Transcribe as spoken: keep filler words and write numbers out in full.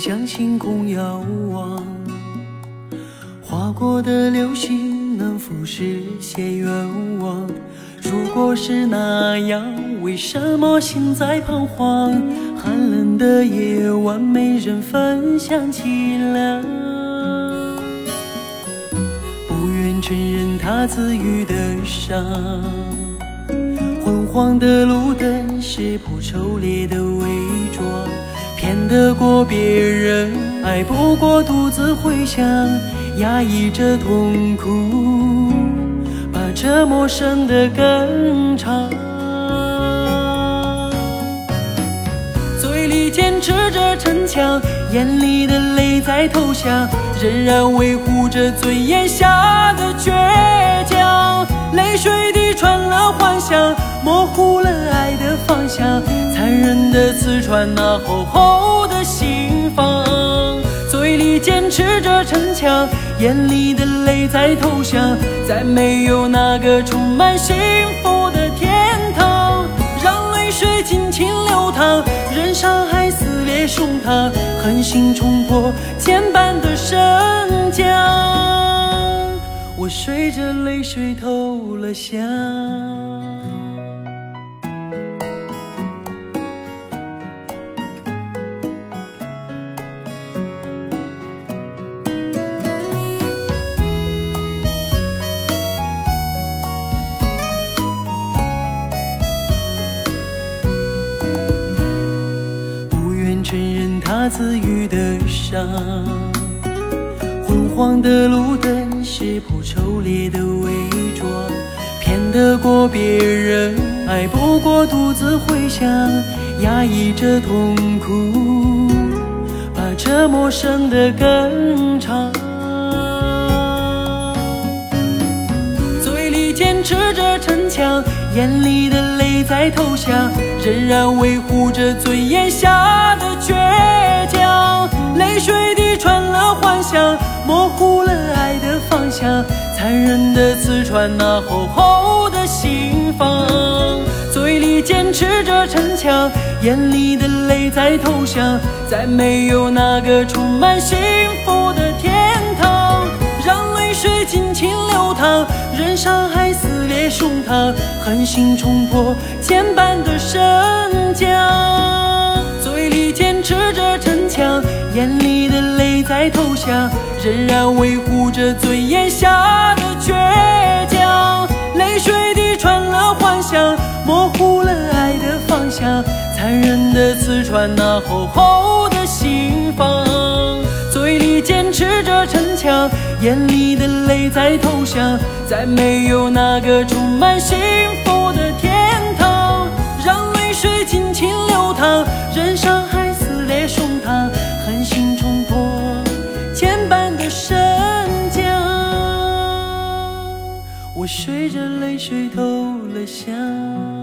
向星空遥望。划过的流星能否实现愿望？如果是那样，为什么心在彷徨？寒冷的夜晚，没人分享凄凉。不愿承认他自愈的伤。昏黄的路灯是铺丑烈的伪装，骗得过别人，爱不过独自回想，压抑着痛苦，把折磨生得更长。嘴里坚持着逞强，眼里的泪在投降，仍然维护着尊严下的倔强。泪水滴穿了幻想，模糊了爱的方向，残忍地刺穿那厚厚的心房。嘴里坚持着逞强，眼里的泪在投降，再没有那个充满幸福的天堂。让泪水尽情流淌，任伤害撕裂胸膛，狠心冲破牵绊的绳浆。我随着泪水投了降。承认他自愈的伤，昏黄的路灯是铺丑烈的伪装，骗得过别人，爱不过独自回想，压抑着痛苦，把折磨生得更长。嘴里坚持着逞强，眼里的泪在投降，仍然维护着尊严下的倔强。泪水滴穿了幻想，模糊了爱的方向，残忍地刺穿那厚厚的心房。嘴里坚持着逞强，眼里的泪在投降，再没有那个充满幸福的天堂。让泪水尽情流淌，任伤害撕裂胸膛，狠心冲破牵绊的绳浆。嘴里坚持着逞强，眼里的泪在投降，仍然维护着尊严下的倔强。泪水滴穿了幻想，模糊了爱的方向，残忍地刺穿那厚厚的心房。嘴里坚持着逞强，眼里的泪在投降，再没有那个充满幸福的天堂。让泪水尽情流淌，任伤害撕裂胸膛，狠心冲破牵绊的绳浆。我随着泪水投了降。